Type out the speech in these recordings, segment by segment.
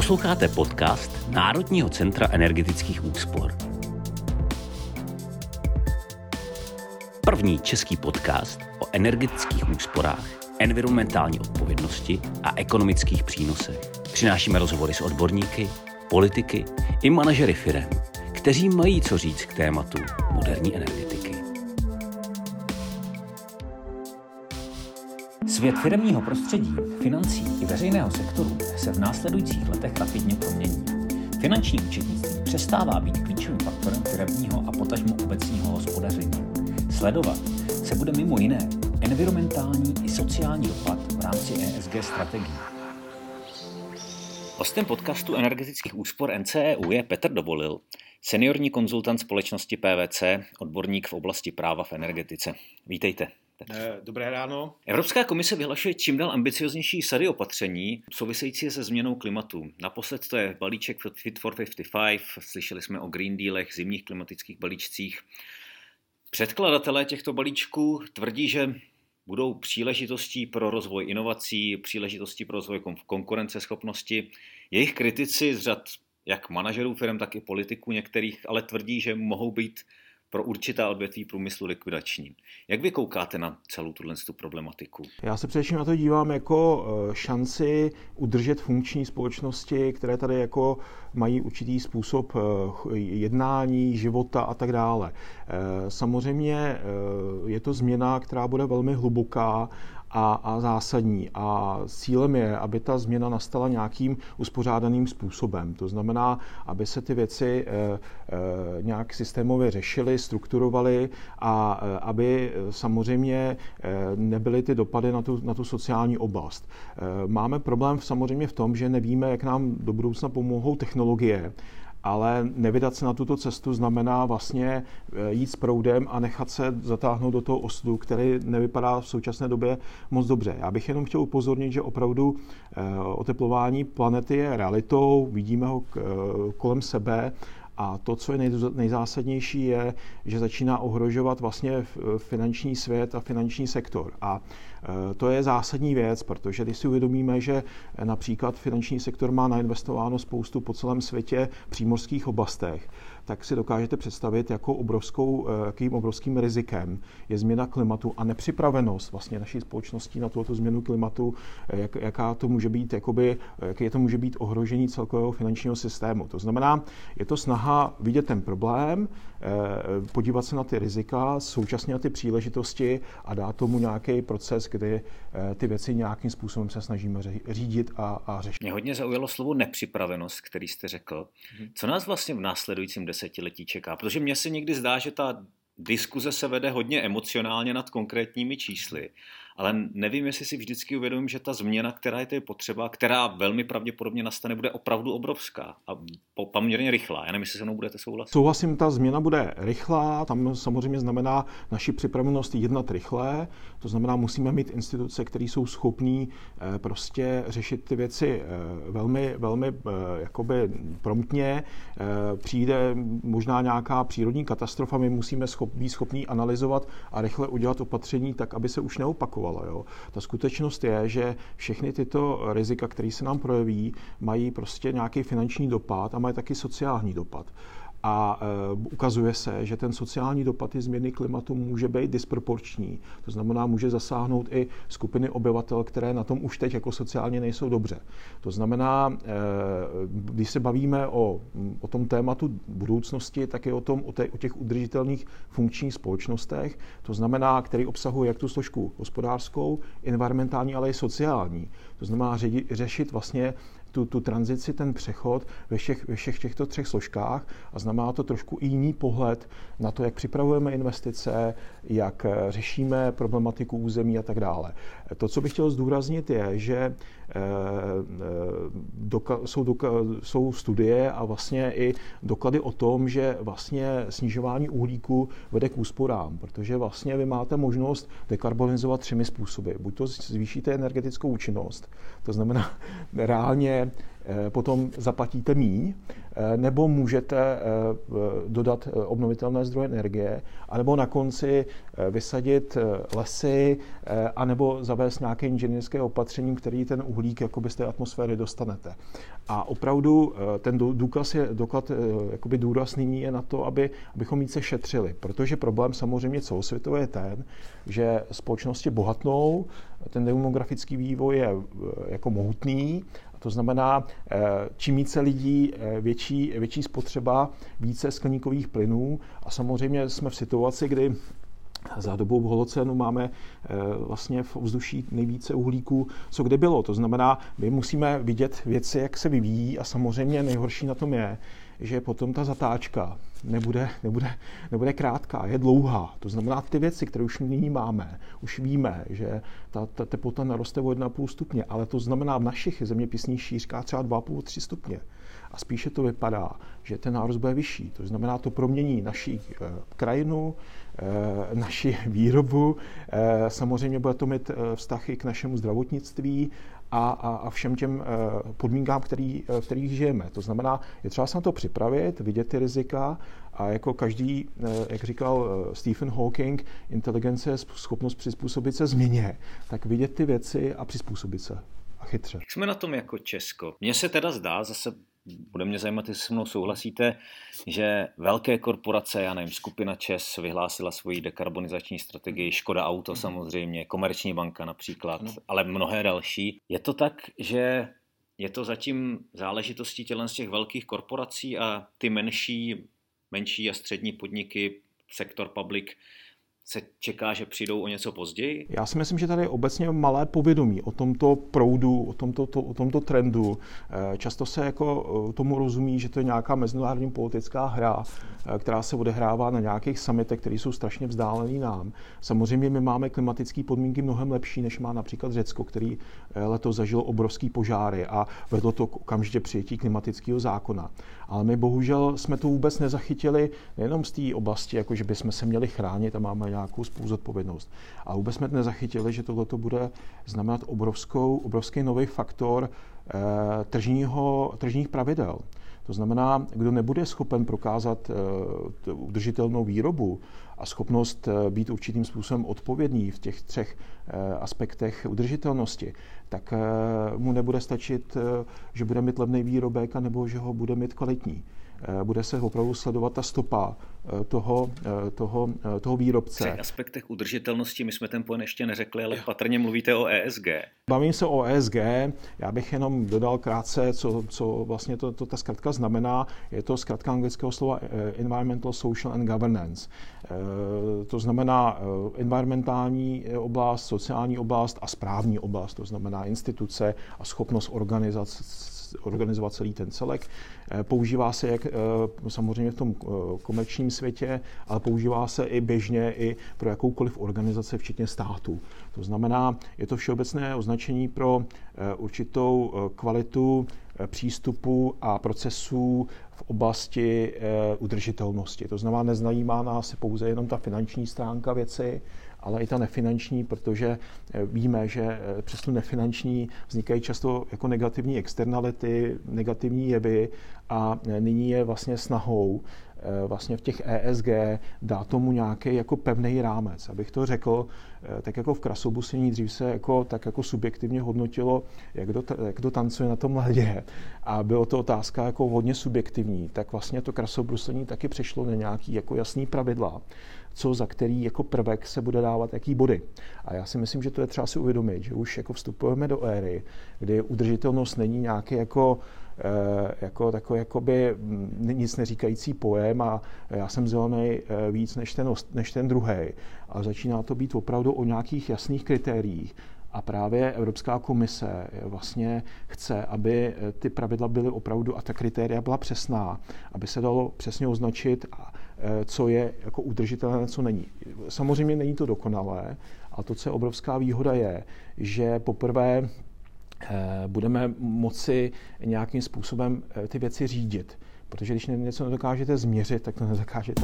Posloucháte podcast Národního centra energetických úspor. První český podcast o energetických úsporách, environmentální odpovědnosti a ekonomických přínosech. Přinášíme rozhovory s odborníky, politiky i manažery firem, kteří mají co říct k tématu moderní energetiky. Svět firemního prostředí, financí i veřejného sektoru se v následujících letech rapidně promění. Finanční účetnictví přestává být klíčovým faktorem firemního a potažmo obecního hospodaření. Sledovat se bude mimo jiné environmentální i sociální dopad v rámci ESG strategií. Hostem podcastu energetických úspor NCEU je Petr Dovolil, seniorní konzultant společnosti PwC, odborník v oblasti práva v energetice. Vítejte. Dobré ráno. Evropská komise vyhlašuje čím dál ambicioznější sady opatření související se změnou klimatu. Naposled to je balíček Fit for 55, slyšeli jsme o Green Dealech, zimních klimatických balíčcích. Předkladatelé těchto balíčků tvrdí, že budou příležitostí pro rozvoj inovací, příležitostí pro rozvoj konkurenceschopnosti. Jejich kritici z řad jak manažerů firm, tak i politiků některých, ale tvrdí, že mohou být pro určitá odvětví průmyslu likvidační. Jak vy koukáte na celou tuhle problematiku? Já se především na to dívám jako šanci udržet funkční společnosti, které tady jako mají určitý způsob jednání, života a tak dále. Samozřejmě je to změna, která bude velmi hluboká a zásadní. A cílem je, aby ta změna nastala nějakým uspořádaným způsobem. To znamená, aby se ty věci nějak systémově řešily, strukturovaly a aby samozřejmě nebyly ty dopady na tu sociální oblast. Máme problém samozřejmě v tom, že nevíme, jak nám do budoucna pomohou technologie, ale nevydat se na tuto cestu znamená vlastně jít s proudem a nechat se zatáhnout do toho osudu, který nevypadá v současné době moc dobře. Já bych jenom chtěl upozornit, že opravdu oteplování planety je realitou, vidíme ho kolem sebe. A to, co je nejzásadnější, je, že začíná ohrožovat vlastně finanční svět a finanční sektor. A to je zásadní věc, protože když si uvědomíme, že například finanční sektor má nainvestováno spoustu po celém světě přímořských oblastech, tak si dokážete představit, jakým obrovským rizikem je změna klimatu a nepřipravenost vlastně naší společnosti na tuto změnu klimatu, jaké to může být ohrožení celkového finančního systému. To znamená, je to snaha vidět ten problém, podívat se na ty rizika, současně na ty příležitosti a dát tomu nějaký proces, kdy ty věci nějakým způsobem se snažíme řídit a řešit. Mě hodně zaujalo slovo nepřipravenost, který jste řekl. Co nás vlastně v následujícím desetiletí čeká? Protože mně se někdy zdá, že ta diskuze se vede hodně emocionálně nad konkrétními čísly, ale nevím, jestli si vždycky uvědomím, že ta změna, která je tady potřeba, která velmi pravděpodobně nastane, bude opravdu obrovská a poměrně rychlá. Já nevím, jestli se mnou budete souhlasit. Souhlasím, ta změna bude rychlá, tam samozřejmě znamená naši připravenost jednat rychle, to znamená, musíme mít instituce, které jsou schopné prostě řešit ty věci velmi, velmi jakoby promptně. Přijde možná nějaká přírodní katastrofa, my musíme být schopní analyzovat a rychle udělat opatření tak, aby se už neopakovalo. Jo. Ta skutečnost je, že všechny tyto rizika, které se nám projeví, mají prostě nějaký finanční dopad a mají taky sociální dopad. A ukazuje se, že ten sociální dopad i změny klimatu může být disproporční. To znamená, může zasáhnout i skupiny obyvatel, které na tom už teď jako sociálně nejsou dobře. To znamená, když se bavíme o tom tématu budoucnosti, tak je o těch udržitelných funkčních společnostech, to znamená, který obsahuje jak tu složku hospodářskou, environmentální, ale i sociální. To znamená řešit vlastně tu tranzici, ten přechod ve všech těchto třech složkách a znamená to trošku i jiný pohled na to, jak připravujeme investice, jak řešíme problematiku území a tak dále. To, co bych chtěl zdůraznit, je, že jsou studie a vlastně i doklady o tom, že vlastně snižování uhlíku vede k úsporám, protože vlastně vy máte možnost dekarbonizovat 3 způsoby. Buď to zvýšíte energetickou účinnost, to znamená reálně potom zaplatíte míň, nebo můžete dodat obnovitelné zdroje energie, anebo na konci vysadit lesy, anebo zavést nějaké inženýrské opatření, který ten uhlík jakoby z té atmosféry dostanete. A opravdu ten doklad jakoby důraz nyní je na to, abychom více šetřili, protože problém samozřejmě celosvětově je ten, že společnosti bohatnou, ten demografický vývoj je jako mohutný. To znamená, čím více lidí, větší spotřeba, více skleníkových plynů a samozřejmě jsme v situaci, kdy za dobou holocénu máme vlastně v ovzduší nejvíce uhlíků, co kdy bylo. To znamená, my musíme vidět věci, jak se vyvíjí a samozřejmě nejhorší na tom je, že potom ta zatáčka nebude krátká, je dlouhá. To znamená, ty věci, které už nyní máme, už víme, že ta teplota naroste o 1,5 stupně, ale to znamená v našich zeměpisných šířkách třeba 2,5-3 stupně. A spíše to vypadá, že ten nárost bude vyšší. To znamená, to promění naši krajinu, naši výrobu, samozřejmě bude to mít vztah i k našemu zdravotnictví a všem těm podmínkám, v kterých žijeme. To znamená, je třeba se na to připravit, vidět ty rizika a jako každý, jak říkal Stephen Hawking, inteligence je schopnost přizpůsobit se změně, tak vidět ty věci a přizpůsobit se a chytře. Jak jsme na tom jako Česko? Mně se teda zdá, zase bude mě zajímat, jestli se mnou souhlasíte, že velké korporace, já nevím, skupina ČEZ vyhlásila svoji dekarbonizační strategii, Škoda Auto samozřejmě, Komerční banka například, ale mnohé další. Je to tak, že je to zatím záležitostí z těch velkých korporací a ty menší a střední podniky, sektor public, se čeká, že přijdou o něco později? Já si myslím, že tady je obecně malé povědomí o tomto proudu, o tomto trendu. Často se jako tomu rozumí, že to je nějaká mezinárodní politická hra, která se odehrává na nějakých summitech, které jsou strašně vzdálený nám. Samozřejmě my máme klimatické podmínky mnohem lepší, než má například Řecko, který letos zažilo obrovský požáry a vedlo to k okamžitě přijetí klimatického zákona. Ale my bohužel jsme to vůbec nezachytili nejenom z té oblasti, jako že bychom se měli chránit a máme nějakou spoluzodpovědnost. A vůbec jsme nezachytili, že tohleto bude znamenat obrovský nový faktor tržních pravidel. To znamená, kdo nebude schopen prokázat udržitelnou výrobu a schopnost být určitým způsobem odpovědný v těch 3 aspektech udržitelnosti, tak mu nebude stačit, že bude mít levný výrobek, anebo že ho bude mít kvalitní. Bude se opravdu sledovat ta stopa toho výrobce. V 3 aspektech udržitelnosti, my jsme ten pojem ještě neřekli, ale patrně mluvíte o ESG. Bavím se o ESG, já bych jenom dodal krátce, co vlastně ta zkratka znamená. Je to zkratka anglického slova Environmental, Social and Governance. To znamená environmentální oblast, sociální oblast a správní oblast, to znamená instituce a schopnost organizovat celý ten celek. Používá se jak samozřejmě v tom komerčním světě, ale používá se i běžně i pro jakoukoliv organizaci, včetně států. To znamená, je to všeobecné označení pro určitou kvalitu přístupu a procesů v oblasti udržitelnosti. To znamená, nezajímá nás pouze jenom ta finanční stránka věci, ale i ta nefinanční, protože víme, že přes tu nefinanční vznikají často jako negativní externality, negativní jevy a nyní je vlastně snahou vlastně v těch ESG dát tomu nějaký jako pevný rámec. Abych to řekl, tak jako v krasobruslení dřív se tak jako subjektivně hodnotilo, jak kdo tancuje na tom ledě a bylo to otázka jako hodně subjektivní, tak vlastně to krasobruslení taky přešlo na nějaký jako jasný pravidla, co za který jako prvek se bude dávat jaký body. A já si myslím, že to je třeba si uvědomit, že už jako vstupujeme do éry, kdy udržitelnost není nějaký jako takový jakoby nic neříkající pojem a já jsem zelený víc než ten druhý. Ale začíná to být opravdu o nějakých jasných kritériích. A právě Evropská komise vlastně chce, aby ty pravidla byly opravdu a ta kritéria byla přesná, aby se dalo přesně označit, co je jako udržitelné, co není. Samozřejmě není to dokonalé, ale to, co je obrovská výhoda, je, že poprvé budeme moci nějakým způsobem ty věci řídit. Protože když něco nedokážete změřit, tak to nedokážete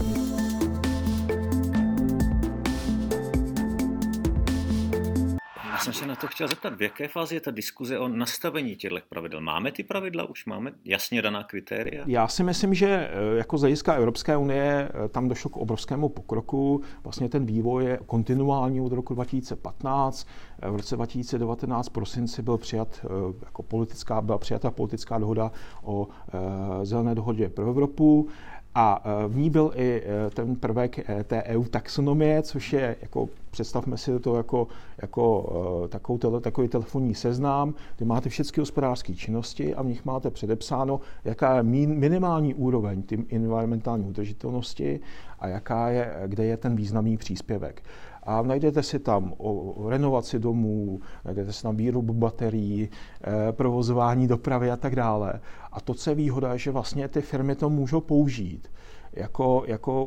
se na to chtěl zeptat, v jaké fázi je ta diskuze o nastavení těchto pravidel? Máme ty pravidla už? Máme jasně daná kritéria? Já si myslím, že jako z hlediska Evropské unie tam došlo k obrovskému pokroku. Vlastně ten vývoj je kontinuální od roku 2015. V roce 2019 v prosinci byla přijata politická dohoda o zelené dohodě pro Evropu. A v ní byl i ten prvek té EU taxonomie, což je, jako, představme si to jako takový telefonní seznam, kde máte všechny hospodářské činnosti a v nich máte předepsáno, jaká je minimální úroveň tím environmentální udržitelnosti a kde je ten významný příspěvek. A najdete si tam o renovaci domů, najdete si tam výrobu baterií, provozování dopravy a tak dále. A to, co je výhoda, je, že vlastně ty firmy to můžou použít jako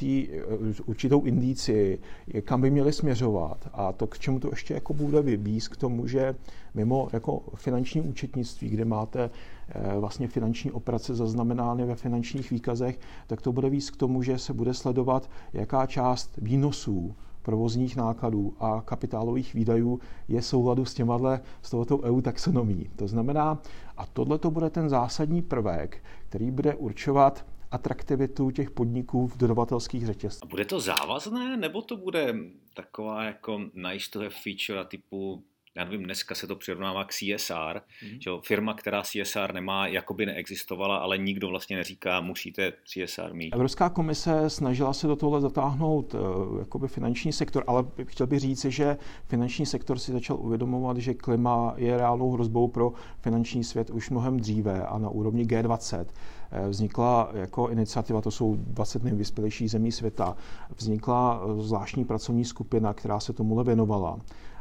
určitou indici, kam by měly směřovat. A to, k čemu to ještě jako bude vybízt, k tomu, že mimo jako finanční účetnictví, kde máte vlastně finanční operace zaznamenány ve finančních výkazech, tak to bude víc k tomu, že se bude sledovat, jaká část výnosů, provozních nákladů a kapitálových výdajů je souladu s touto EU taxonomií. To znamená, a tohle to bude ten zásadní prvek, který bude určovat atraktivitu těch podniků v dodavatelských řetězcích. A bude to závazné, nebo to bude taková jako nice to have feature typu, já nevím, dneska se to přirovnává k CSR, že firma, která CSR nemá, jakoby neexistovala, ale nikdo vlastně neříká, musíte CSR mít. Evropská komise snažila se do tohle zatáhnout jakoby finanční sektor, ale chtěl bych říct, že finanční sektor si začal uvědomovat, že klima je reálnou hrozbou pro finanční svět už mnohem dříve a na úrovni G20 vznikla jako iniciativa, to jsou 20 nejvyspělejších zemí světa, vznikla zvláštní pracovní skupina, která se tomuhle věnovala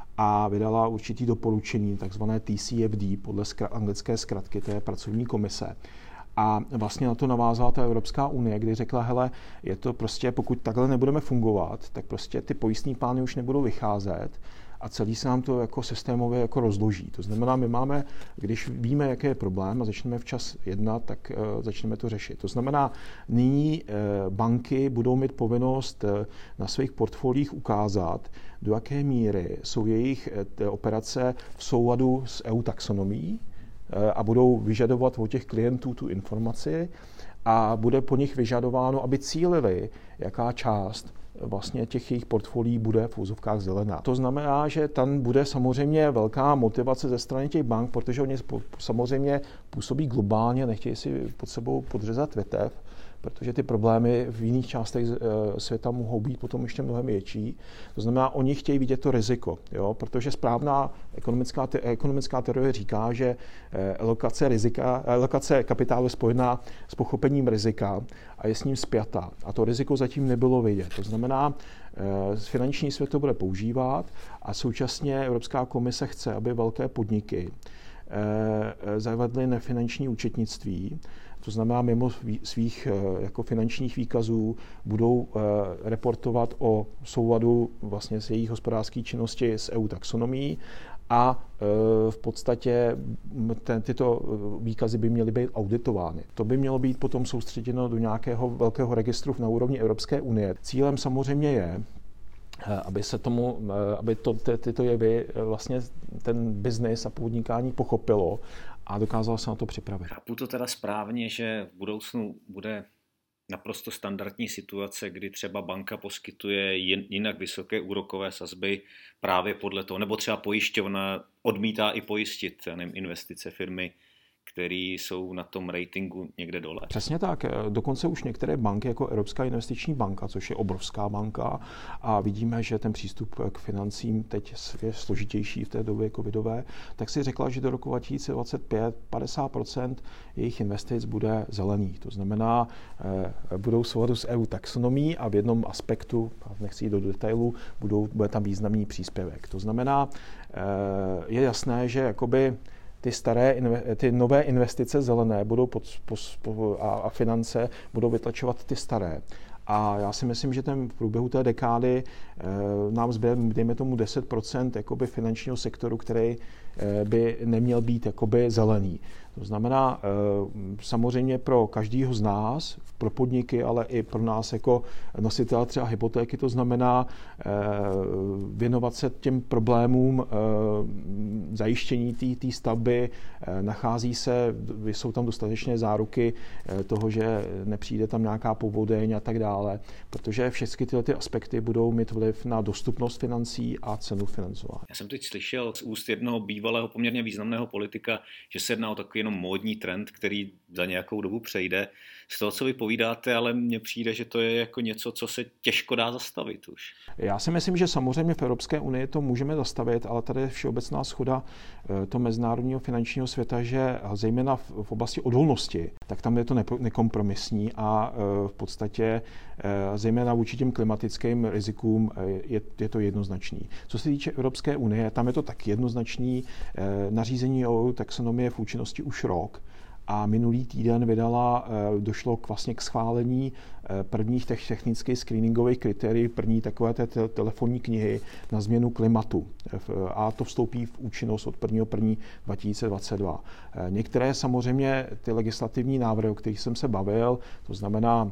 a vydala určitý doporučení, takzvané TCFD, podle anglické zkratky, to je pracovní komise. A vlastně na to navázala ta Evropská unie, kdy řekla, hele, je to prostě, pokud takhle nebudeme fungovat, tak prostě ty pojistní plány už nebudou vycházet a celý se nám to jako systémově jako rozloží. To znamená, my máme, když víme, jaký je problém a začneme včas jednat, tak začneme to řešit. To znamená, nyní banky budou mít povinnost na svých portfoliích ukázat, do jaké míry jsou jejich operace v souladu s EU taxonomií a budou vyžadovat od těch klientů tu informaci a bude po nich vyžadováno, aby cílili, jaká část vlastně těch jejich portfolií bude v úzovkách zelená. To znamená, že tam bude samozřejmě velká motivace ze strany těch bank, protože oni samozřejmě působí globálně, nechtějí si pod sebou podřezat větev, protože ty problémy v jiných částech světa mohou být potom ještě mnohem větší. To znamená, oni chtějí vidět to riziko, jo? Protože správná ekonomická teorie říká, že alokace kapitálu je spojená s pochopením rizika a je s ním spjatá. A to riziko zatím nebylo vidět. To znamená, finanční svět to bude používat a současně Evropská komise chce, aby velké podniky zavedly nefinanční účetnictví. To znamená, mimo svých jako finančních výkazů budou reportovat o souladu vlastně s jejich hospodářské činnosti s EU taxonomií a v podstatě tyto výkazy by měly být auditovány. To by mělo být potom soustředěno do nějakého velkého registru na úrovni Evropské unie. Cílem samozřejmě je, aby tyto jevy vlastně ten biznis a podnikání pochopilo a dokázalo se na to připravit. Chápu to teda správně, že v budoucnu bude naprosto standardní situace, kdy třeba banka poskytuje jinak vysoké úrokové sazby právě podle toho, nebo třeba pojišťovna odmítá i pojistit investice firmy, které jsou na tom ratingu někde dole. Přesně tak. Dokonce už některé banky, jako Evropská investiční banka, což je obrovská banka, a vidíme, že ten přístup k financím teď je složitější v té době covidové, tak si řekla, že do roku 2025 50% jejich investic bude zelený. To znamená, budou v souladu s EU taxonomií a v jednom aspektu, nechci jít do detailů, bude tam významný příspěvek. To znamená, je jasné, že jakoby ty nové investice zelené budou a finance budou vytlačovat ty staré. A já si myslím, že v průběhu té dekády nám zbyde, dejme tomu 10% jakoby finančního sektoru, který by neměl být jakoby zelený. To znamená, samozřejmě pro každého z nás, pro podniky, ale i pro nás jako nositele třeba hypotéky, to znamená věnovat se těm problémům zajištění té stavby, jsou tam dostatečné záruky toho, že nepřijde tam nějaká povodeň a tak dále, protože všechny tyhle ty aspekty budou mít vliv na dostupnost financí a cenu financování. Já jsem teď slyšel z úst jednoho bývalého poměrně významného politika, že se jedná o takový jenom módní trend, který za nějakou dobu přejde. Z toho, co vy povídáte, ale mně přijde, že to je jako něco, co se těžko dá zastavit už. Já si myslím, že samozřejmě v Evropské unii to můžeme zastavit, ale tady je všeobecná shoda toho mezinárodního finančního světa, že zejména v oblasti odolnosti, tak tam je to nekompromisní a v podstatě zejména vůči těm klimatickým rizikům je to jednoznačný. Co se týče Evropské unie, tam je to tak jednoznačný. Nařízení o taxonomie v účinnosti už rok. A minulý týden došlo k schválení prvních technických screeningových kritérií, první takové té telefonní knihy na změnu klimatu. A to vstoupí v účinnost od 1.1.2022. Některé samozřejmě ty legislativní návrhy, o kterých jsem se bavil, to znamená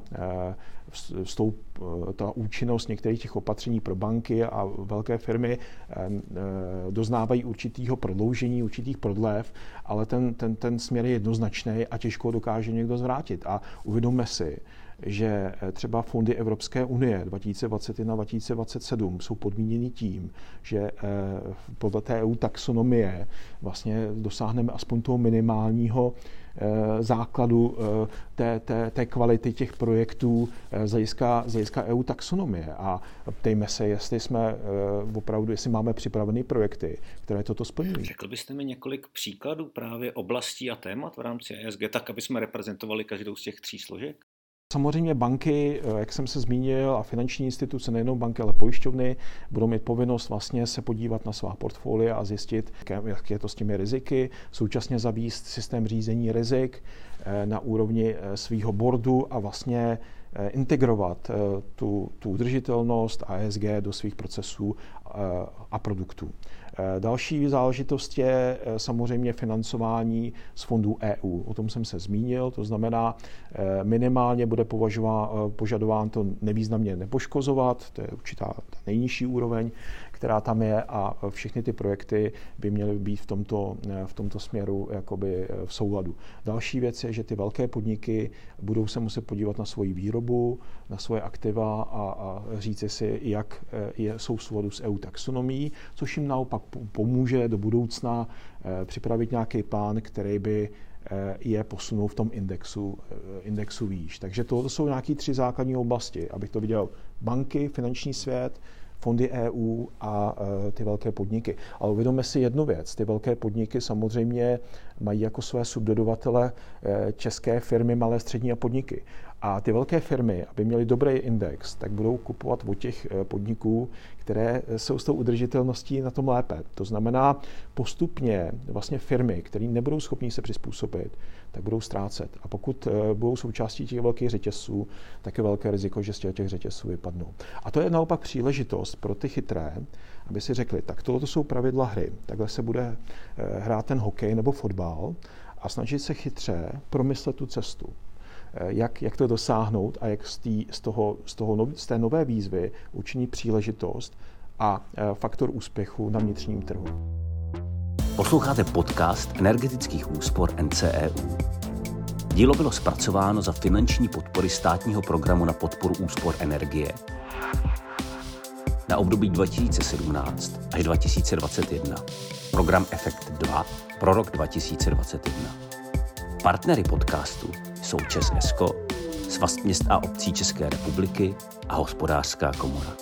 ta účinnost některých těch opatření pro banky a velké firmy doznávají určitého prodloužení, určitých prodlev, ale ten směr je jednoznačný a těžko dokáže někdo zvrátit. A uvědomme si, že třeba fondy Evropské unie 2021-2027 jsou podmíněny tím, že podle té EU taxonomie vlastně dosáhneme aspoň toho minimálního základu té kvality těch projektů z hlediska EU taxonomie. A ptejme se, jestli máme připravené projekty, které toto splňují. Řekl byste mi několik příkladů právě oblastí a témat v rámci ESG, tak aby jsme reprezentovali každou z těch 3 složek? Samozřejmě banky, jak jsem se zmínil, a finanční instituce, nejenom banky, ale pojišťovny, budou mít povinnost vlastně se podívat na svá portfolia a zjistit, jak je to s těmi riziky, současně zavést systém řízení rizik na úrovni svého boardu a vlastně integrovat tu udržitelnost a ESG do svých procesů a produktů. Další záležitost je samozřejmě financování z fondů EU. O tom jsem se zmínil, to znamená, minimálně bude požadován to nevýznamně nepoškozovat, to je určitá ta nejnižší úroveň, která tam je, a všechny ty projekty by měly být v tomto směru jakoby v souladu. Další věc je, že ty velké podniky budou se muset podívat na svoji výrobu, na svoje aktiva a říci si, jak jsou v souladu s EU taxonomií, což jim naopak pomůže do budoucna připravit nějaký plán, který by je posunul v tom indexu výš. Takže to jsou nějaké 3 základní oblasti, abych to viděl: banky, finanční svět, fondy EU a ty velké podniky. Ale uvědomme si jednu věc. Ty velké podniky samozřejmě mají jako své subdodavatele české firmy, malé, střední a podniky. A ty velké firmy, aby měly dobrý index, tak budou kupovat od těch podniků, které jsou s tou udržitelností na tom lépe. To znamená, postupně vlastně firmy, které nebudou schopní se přizpůsobit, tak budou ztrácet. A pokud budou součástí těch velkých řetězců, tak je velké riziko, že z těch řetězců vypadnou. A to je naopak příležitost pro ty chytré, aby si řekli, tak tohle jsou pravidla hry. Takhle se bude hrát ten hokej nebo fotbal a snažit se chytře promyslet tu cestu. Jak to dosáhnout a jak z té nové výzvy učinit příležitost a faktor úspěchu na vnitřním trhu. Posloucháte podcast energetických úspor NCEU. Dílo bylo zpracováno za finanční podpory státního programu na podporu úspor energie na období 2017 až 2021. Program Efekt 2 pro rok 2021. Partnery podcastu jsou ČEZ ESCO, Svaz měst a obcí České republiky a Hospodářská komora.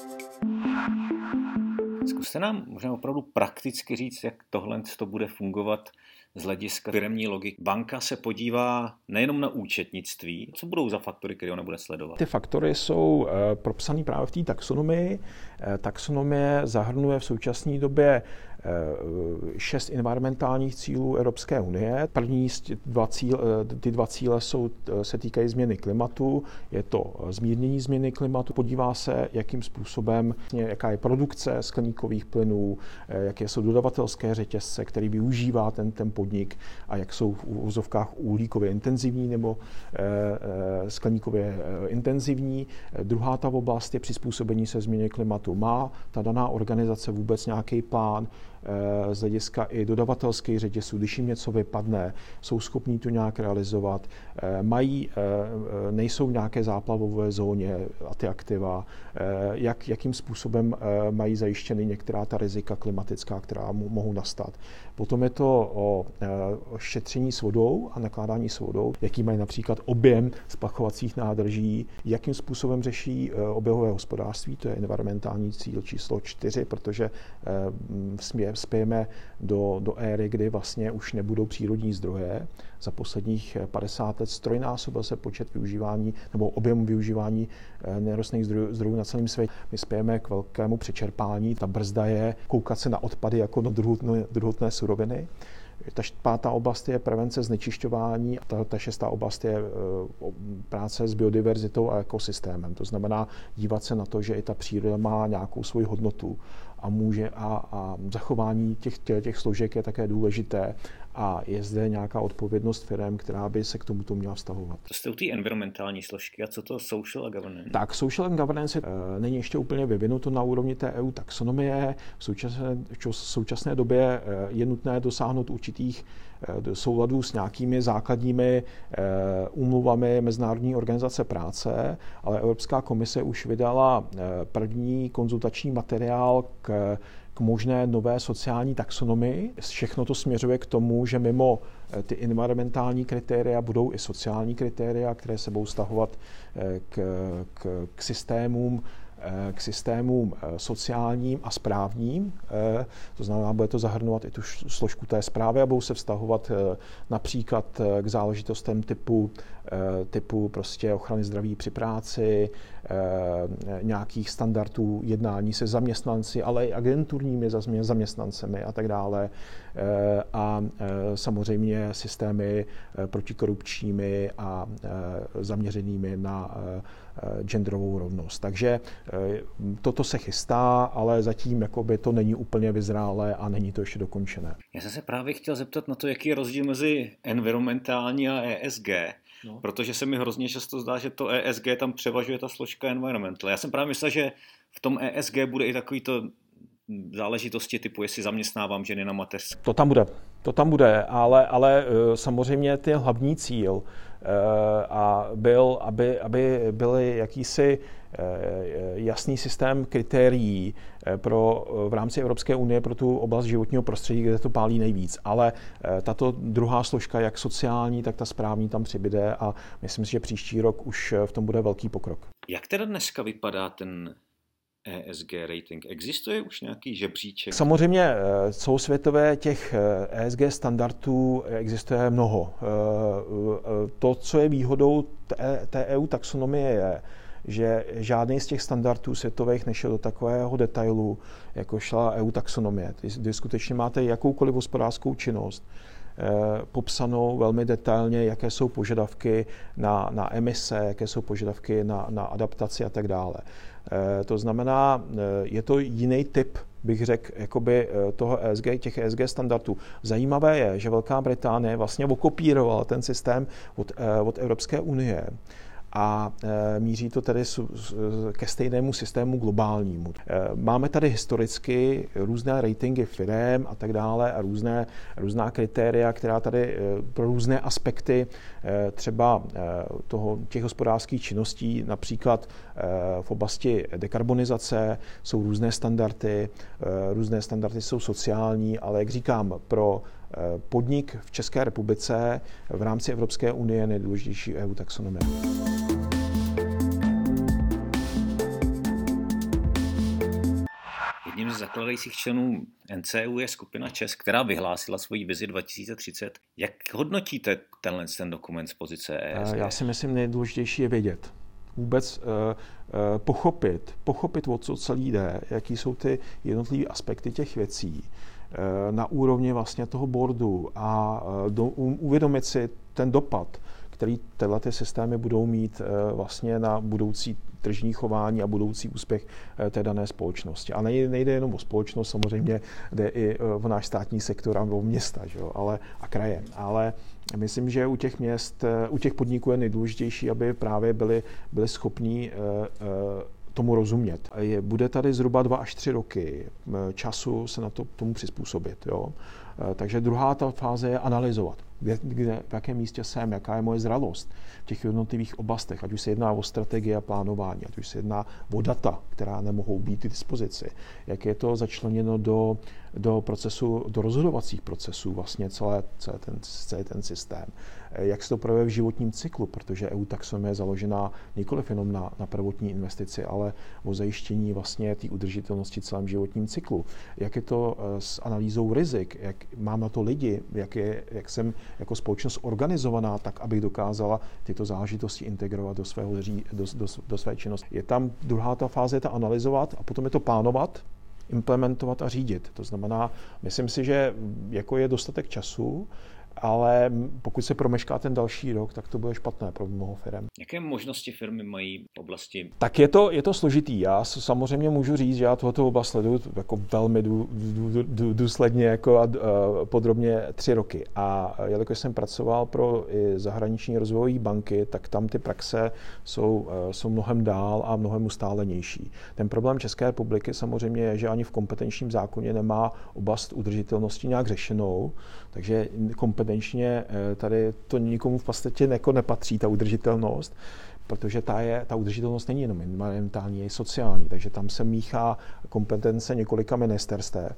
Zkuste nám možná opravdu prakticky říct, jak tohle bude fungovat z hlediska firemní logiky. Banka se podívá nejenom na účetnictví, co budou za faktory, které ona bude sledovat? Ty faktory jsou propsané právě v té taxonomii. Taxonomie zahrnuje v současné době 6 environmentálních cílů Evropské unie. První ty dva cíle se týkají změny klimatu. Je to zmírnění změny klimatu. Podívá se, jakým způsobem, jaká je produkce skleníkových plynů, jaké jsou dodavatelské řetězce, který využívá ten podnik a jak jsou v uvozovkách uhlíkově intenzivní nebo skleníkově intenzivní. Druhá ta oblast je přizpůsobení se změně klimatu. Má ta daná organizace vůbec nějaký plán z hlediska i dodavatelských řetězců, když jim něco vypadne, jsou schopní to nějak realizovat, nejsou v nějaké záplavové zóně a ty aktiva, jakým způsobem mají zajištěny některá ta rizika klimatická, která mohou nastat. Potom je to o šetření s vodou a nakládání s vodou, jaký mají například objem splachovacích nádrží, jakým způsobem řeší oběhové hospodářství, to je environmentální cíl číslo 4, protože spějeme do éry, kdy vlastně už nebudou přírodní zdroje. Za posledních 50 let strojnásobil se počet využívání nebo objem využívání nerostných zdrojů na celém světě. My spějeme k velkému přečerpání. Ta brzda je koukat se na odpady jako na druhotné suroviny. Ta 5. oblast je prevence znečišťování, ta 6. oblast je práce s biodiverzitou a ekosystémem. To znamená dívat se na to, že i ta příroda má nějakou svoji hodnotu a zachování těch složek je také důležité a je zde nějaká odpovědnost firem, která by se k tomuto měla vztahovat. To jste u té environmentální složky a co to social a governance? Tak social and governance není ještě úplně vyvinuto na úrovni té EU taxonomie. V současné době je nutné dosáhnout určitých souladů s nějakými základními úmluvami Mezinárodní organizace práce, ale Evropská komise už vydala první konzultační materiál k možné nové sociální taxonomii. Všechno to směřuje k tomu, že mimo ty environmentální kritéria budou i sociální kritéria, které se budou vztahovat k systémům sociálním a správním. To znamená, bude to zahrnovat i tu složku té správy a budou se vztahovat například k záležitostem typu prostě ochrany zdraví při práci, nějakých standardů jednání se zaměstnanci, ale i agenturními zaměstnancemi a tak dále. A samozřejmě systémy protikorupčními a zaměřenými na genderovou rovnost. Takže toto se chystá, ale zatím jakoby to není úplně vyzrálé a není to ještě dokončené. Já jsem se právě chtěl zeptat na to, jaký je rozdíl mezi environmentální a ESG, protože se mi hrozně často zdá, že to ESG tam převažuje ta složka environmental. Já jsem právě myslel, že v tom ESG bude i takovýto záležitosti typu, jestli zaměstnávám ženy na mateřské. To tam bude, ale samozřejmě ten hlavní cíl byl, aby byly jakýsi jasný systém kritérií v rámci Evropské unie pro tu oblast životního prostředí, kde to pálí nejvíc. Ale tato druhá složka, jak sociální, tak ta správní tam přibyde a myslím si, že příští rok už v tom bude velký pokrok. Jak teda dneska vypadá ten ESG rating? Existuje už nějaký žebříček? Samozřejmě celosvětové těch ESG standardů existuje mnoho. To, co je výhodou té EU taxonomie, je, že žádný z těch standardů světových nešel do takového detailu, jako šla EU taxonomie. Kdy skutečně máte jakoukoliv hospodářskou činnost popsanou velmi detailně, jaké jsou požadavky na emise, jaké jsou požadavky na adaptaci a tak dále. To znamená, je to jiný typ, bych řekl, jakoby těch ESG standardů. Zajímavé je, že Velká Británie vlastně okopírovala ten systém od Evropské unie a míří to tedy ke stejnému systému globálnímu. Máme tady historicky různé ratingy firem a tak dále a různá kritéria, která tady pro různé aspekty třeba těch hospodářských činností, například v oblasti dekarbonizace jsou různé standardy jsou sociální, ale jak říkám, pro podnik v České republice v rámci Evropské unie je nejdůležitější EU taxonomie. Jedním z zakladajících členů NCU je skupina ČES, která vyhlásila svoji vizi 2030. Jak hodnotíte ten dokument z pozice ESG? Já si myslím, nejdůležitější je vědět. Vůbec pochopit, o co celý jde, jaký jsou ty jednotlivé aspekty těch věcí. na úrovni vlastně toho boardu a uvědomit si ten dopad, který tyhle ty systémy budou mít vlastně na budoucí tržní chování a budoucí úspěch té dané společnosti. A nejde jenom o společnost, samozřejmě jde i v náš státní sektor a o města, že jo, a kraje. Ale myslím, že u těch měst, u těch podniků je nejdůležitější, aby právě byli schopní tomu rozumět. Bude tady zhruba 2 až 3 roky času se na tomu přizpůsobit. Jo? Takže druhá ta fáze je analyzovat, v jakém místě jsem, jaká je moje zralost v těch jednotlivých oblastech, ať už se jedná o strategii a plánování, ať už se jedná o data, která nemohou být k dispozici, jak je to začleněno do rozhodovacích procesů, vlastně celý ten systém. Jak se to projevuje v životním cyklu, protože EU taxonomie je založená nikoliv jenom na prvotní investici, ale o zajištění vlastně té udržitelnosti v celém životním cyklu. Jak je to s analýzou rizik, jak mám na to lidi, jak jsem jako společnost organizovaná, tak abych dokázala tyto záležitosti integrovat do své činnosti. Je tam druhá ta fáze, je to analyzovat a potom je to plánovat, implementovat a řídit. To znamená, myslím si, že jako je dostatek času, ale pokud se promešká ten další rok, tak to bude špatné pro mnoho firem. Jaké možnosti firmy mají v oblasti? Tak je to složitý. Já samozřejmě můžu říct, že já tohoto oblast sleduju jako velmi důsledně jako a podrobně 3 roky. A jelikož jsem pracoval pro zahraniční rozvojové banky, tak tam ty praxe jsou mnohem dál a mnohem ustálenější. Ten problém České republiky samozřejmě je, že ani v kompetenčním zákoně nemá oblast udržitelnosti nějak řešenou, takže kompetenčně tady to nikomu v podstatě jako nepatří, ta udržitelnost, protože ta udržitelnost není jenom environmentální, je i sociální, takže tam se míchá kompetence několika ministerstev.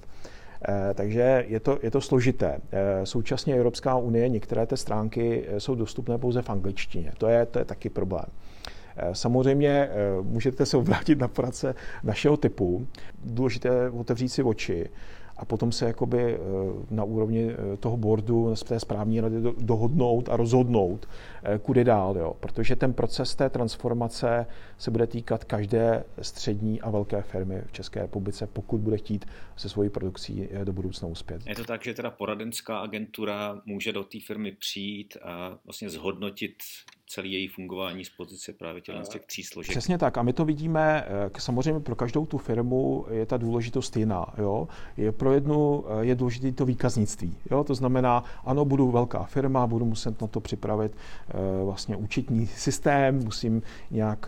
Takže je to složité. Současně Evropská unie, některé té stránky jsou dostupné pouze v angličtině. To je taky problém. Samozřejmě můžete se obrátit na poradce našeho typu. Důležité je otevřít si oči a potom se jakoby na úrovni toho boardu, z té správní rady dohodnout a rozhodnout, kudy dál. Jo. Protože ten proces té transformace se bude týkat každé střední a velké firmy v České republice, pokud bude chtít se svojí produkcí do budoucna uspět. Je to tak, že teda poradenská agentura může do té firmy přijít a vlastně zhodnotit celý její fungování z pozice právě z těch 3 složek. Přesně tak. A my to vidíme, samozřejmě pro každou tu firmu je ta důležitost jiná. Jo? Pro jednu je důležité to výkaznictví. Jo? To znamená, ano, budu velká firma, budu muset na to připravit vlastně účetní systém, musím nějak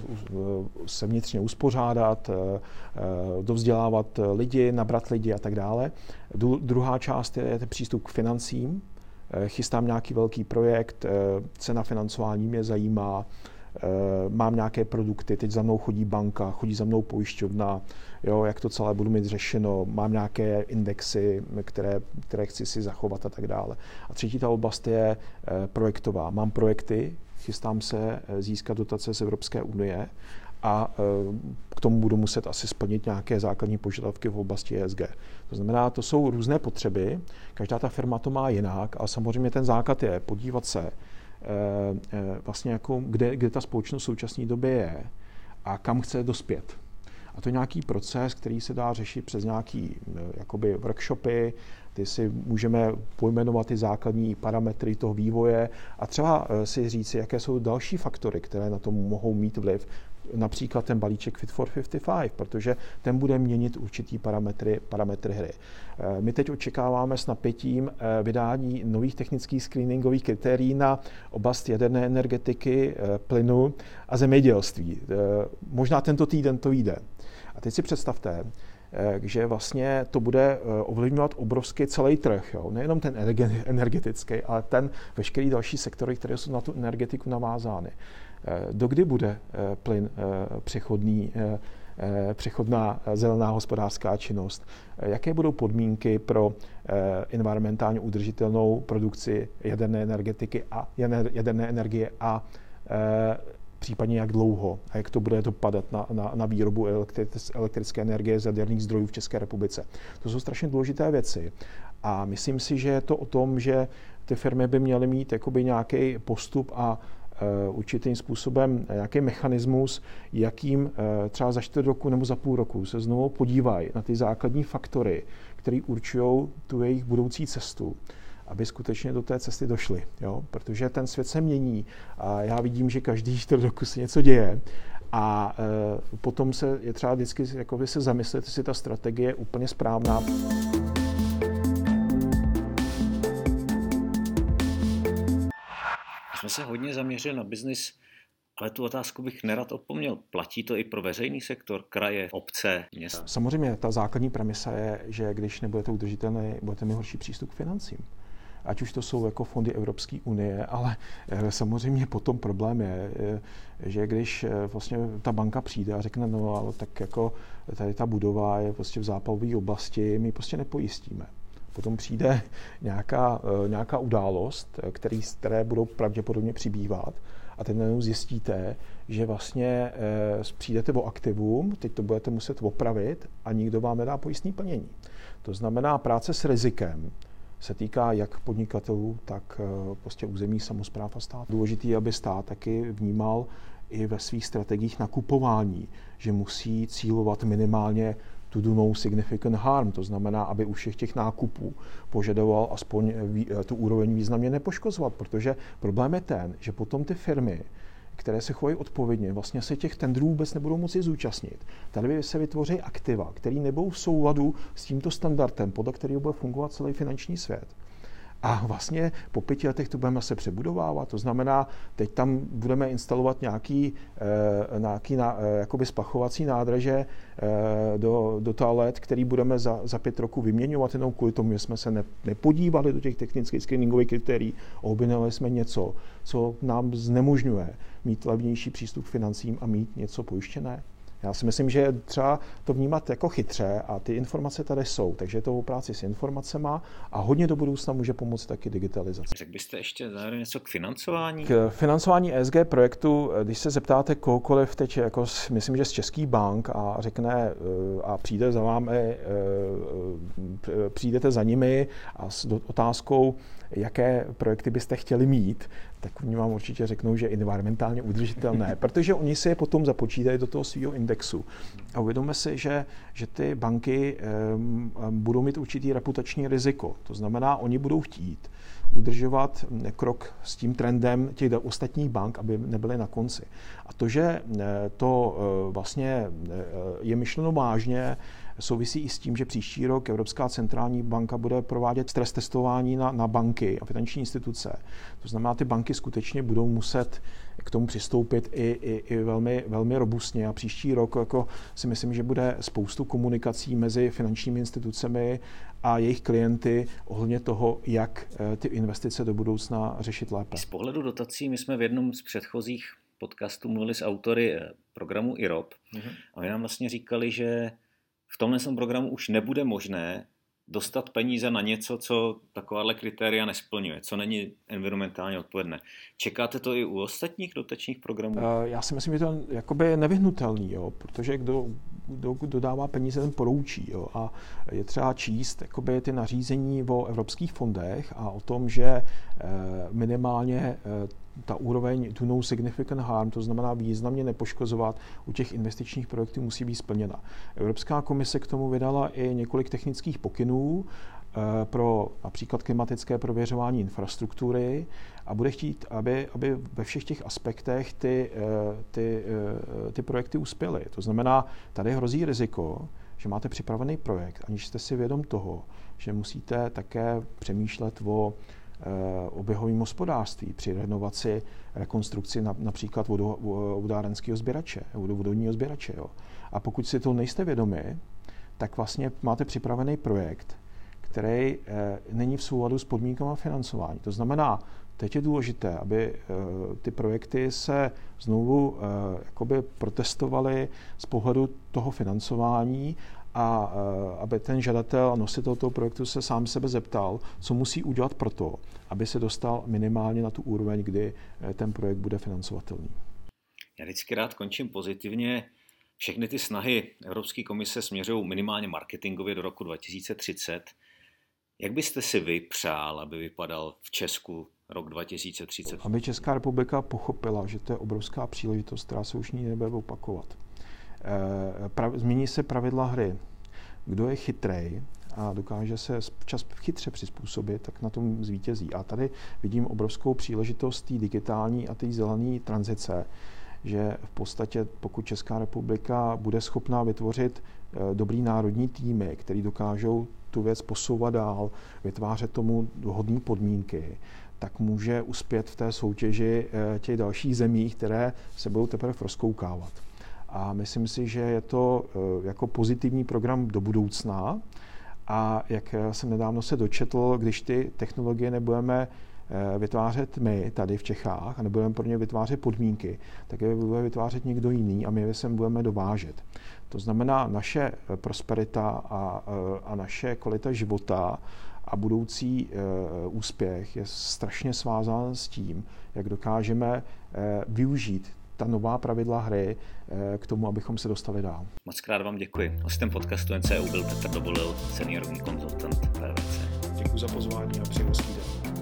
se vnitřně uspořádat, dovzdělávat lidi, nabrat lidi a tak dále. Druhá část je přístup k financím. Chystám nějaký velký projekt, cena financování mě zajímá, mám nějaké produkty, teď za mnou chodí banka, chodí za mnou pojišťovna, jo, jak to celé budu mít řešeno, mám nějaké indexy, které chci si zachovat a tak dále. A třetí ta oblast je projektová. Mám projekty, chystám se získat dotace z Evropské unie a k tomu budu muset asi splnit nějaké základní požadavky v oblasti ESG. To znamená, to jsou různé potřeby, každá ta firma to má jinak a samozřejmě ten základ je podívat se vlastně jako, kde ta společnost v současné době je a kam chce dospět. A to je nějaký proces, který se dá řešit přes nějaký jakoby workshopy, ty si můžeme pojmenovat ty základní parametry toho vývoje a třeba si říci, jaké jsou další faktory, které na to mohou mít vliv. Například ten balíček Fit for 55, protože ten bude měnit určitý parametry hry. My teď očekáváme s napětím vydání nových technických screeningových kritérií na oblast jaderné energetiky, plynu a zemědělství. Možná tento týden to vyjde. A teď si představte, že vlastně to bude ovlivňovat obrovský celý trh. Jo? Nejenom ten energetický, ale ten veškerý další sektory, které jsou na tu energetiku navázány. Dokdy bude plyn přechodná zelená hospodářská činnost? Jaké budou podmínky pro environmentálně udržitelnou produkci jaderné energetiky a jaderné energie a případně jak dlouho a jak to bude dopadat na výrobu elektrické energie z jaderných zdrojů v České republice. To jsou strašně důležité věci. A myslím si, že je to o tom, že ty firmy by měly mít jakoby nějaký postup a určitým způsobem nějaký mechanismus, jakým třeba za 4 roku nebo za půl roku se znovu podívají na ty základní faktory, které určují tu jejich budoucí cestu, aby skutečně do té cesty došli. Jo? Protože ten svět se mění a já vidím, že každý 4 roku se něco děje a potom je třeba vždycky jakoby se zamyslet, jestli ta strategie je úplně správná. Jsme se hodně zaměřili na biznis, ale tu otázku bych nerad opomněl. Platí to i pro veřejný sektor, kraje, obce, města? Samozřejmě ta základní premisa je, že když nebudete udržitelné, budete mít horší přístup k financím. Ať už to jsou jako fondy Evropské unie, ale samozřejmě potom problém je, že když vlastně ta banka přijde a řekne, no ale tak jako tady ta budova je prostě v záplavové oblasti, my prostě nepojistíme. Potom přijde nějaká událost, které budou pravděpodobně přibývat a teď najednou zjistíte, že vlastně přijdete o aktivum, teď to budete muset opravit a nikdo vám nedá pojistné plnění. To znamená, práce s rizikem se týká jak podnikatelů, tak prostě územních samospráv a států. Důležitý, aby stát taky vnímal i ve svých strategiích nakupování, že musí cílovat minimálně to do no significant harm, to znamená, aby u všech těch nákupů požadoval aspoň tu úroveň významně nepoškozovat, protože problém je ten, že potom ty firmy, které se chovají odpovědně, vlastně se těch tendrů vůbec nebudou moci zúčastnit. Tady se vytvoří aktiva, které nebudou v souladu s tímto standardem, podle kterého bude fungovat celý finanční svět. A vlastně po 5 letech to budeme se přebudovávat, to znamená, teď tam budeme instalovat nějaký jakoby splachovací nádrže do toalet, který budeme za 5 roků vyměňovat jenom kvůli tomu, že jsme se nepodívali do těch technických screeningových kritérií, objednali jsme něco, co nám znemožňuje mít levnější přístup k financím a mít něco pojištěné. Já si myslím, že je třeba to vnímat jako chytře a ty informace tady jsou, takže je to o práci s informacema a hodně do budoucna může pomoct taky digitalizace. Řekl byste ještě zároveň něco k financování? K financování ESG projektu, když se zeptáte kohokoliv teď, jako myslím, že z českých bank a řekne a přijde za vámi, přijdete za nimi a s otázkou, jaké projekty byste chtěli mít, tak oni vám určitě řeknou, že environmentálně udržitelné, protože oni si je potom započítají do toho svého indexu. A uvědomme si, že ty banky budou mít určitý reputační riziko. To znamená, oni budou chtít udržovat krok s tím trendem těch ostatních bank, aby nebyly na konci. A to, že to vlastně je myšleno vážně, souvisí i s tím, že příští rok Evropská centrální banka bude provádět stres testování na banky a finanční instituce. To znamená, ty banky skutečně budou muset k tomu přistoupit i velmi, velmi robustně a příští rok jako si myslím, že bude spoustu komunikací mezi finančními institucemi a jejich klienty ohledně toho, jak ty investice do budoucna řešit lépe. Z pohledu dotací my jsme v jednom z předchozích podcastů mluvili s autory programu IROP a oni nám vlastně říkali, že v tomhle programu už nebude možné dostat peníze na něco, co takováhle kritéria nesplňuje, co není environmentálně odpovědné. Čekáte to i u ostatních dotačních programů? Já si myslím, že to je nevyhnutelný, jo, protože kdo dodává peníze, ten poroučí. Jo, a je třeba číst ty nařízení o evropských fondech a o tom, že minimálně ta úroveň do no significant harm, to znamená významně nepoškozovat, u těch investičních projektů musí být splněna. Evropská komise k tomu vydala i několik technických pokynů pro například klimatické prověřování infrastruktury a bude chtít, aby ve všech těch aspektech ty projekty uspěly. To znamená, tady hrozí riziko, že máte připravený projekt, aniž jste si vědom toho, že musíte také přemýšlet o oběhovém hospodářství, při renovaci, rekonstrukci například vodárenského sběrače, vodovodního sběrače. Jo. A pokud si to nejste vědomi, tak vlastně máte připravený projekt, který není v souladu s podmínkami financování. To znamená, teď je důležité, aby ty projekty se znovu protestovaly z pohledu toho financování a aby ten žadatel a nositel toho projektu se sám sebe zeptal, co musí udělat pro to, aby se dostal minimálně na tu úroveň, kdy ten projekt bude financovatelný. Já vždycky rád končím pozitivně. Všechny ty snahy Evropské komise směřují minimálně marketingově do roku 2030. Jak byste si vy přál, aby vypadal v Česku rok 2030. Aby Česká republika pochopila, že to je obrovská příležitost, která se už nikdy nebude opakovat. Změní se pravidla hry. Kdo je chytrej a dokáže se včas chytře přizpůsobit, tak na tom zvítězí. A tady vidím obrovskou příležitost té digitální a té zelené tranzice, že v podstatě pokud Česká republika bude schopná vytvořit dobrý národní týmy, který dokážou tu věc posouvat dál, vytvářet tomu vhodné podmínky, tak může uspět v té soutěži těch dalších zemí, které se budou teprve rozkoukávat. A myslím si, že je to jako pozitivní program do budoucna. A jak jsem nedávno se dočetl, když ty technologie nebudeme vytvářet my tady v Čechách a nebudeme pro ně vytvářet podmínky, tak je bude vytvářet někdo jiný a my je sem budeme dovážet. To znamená, naše prosperita a naše kvalita života a budoucí úspěch je strašně svázán s tím, jak dokážeme využít ta nová pravidla hry k tomu, abychom se dostali dál. Moc krát vám děkuji. Hostem podcastu NCU byl Petr Dobolil, seniorní konzultant PwC. Děkuji za pozvání a přeji hezký den.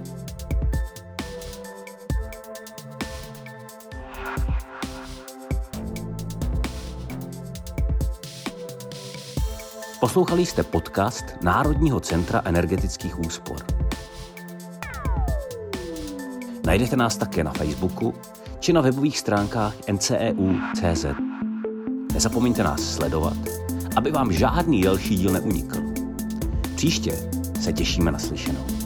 Poslouchali jste podcast Národního centra energetických úspor. Najdete nás také na Facebooku či na webových stránkách nceu.cz. Nezapomeňte nás sledovat, aby vám žádný další díl neunikl. Příště se těšíme na slyšenou.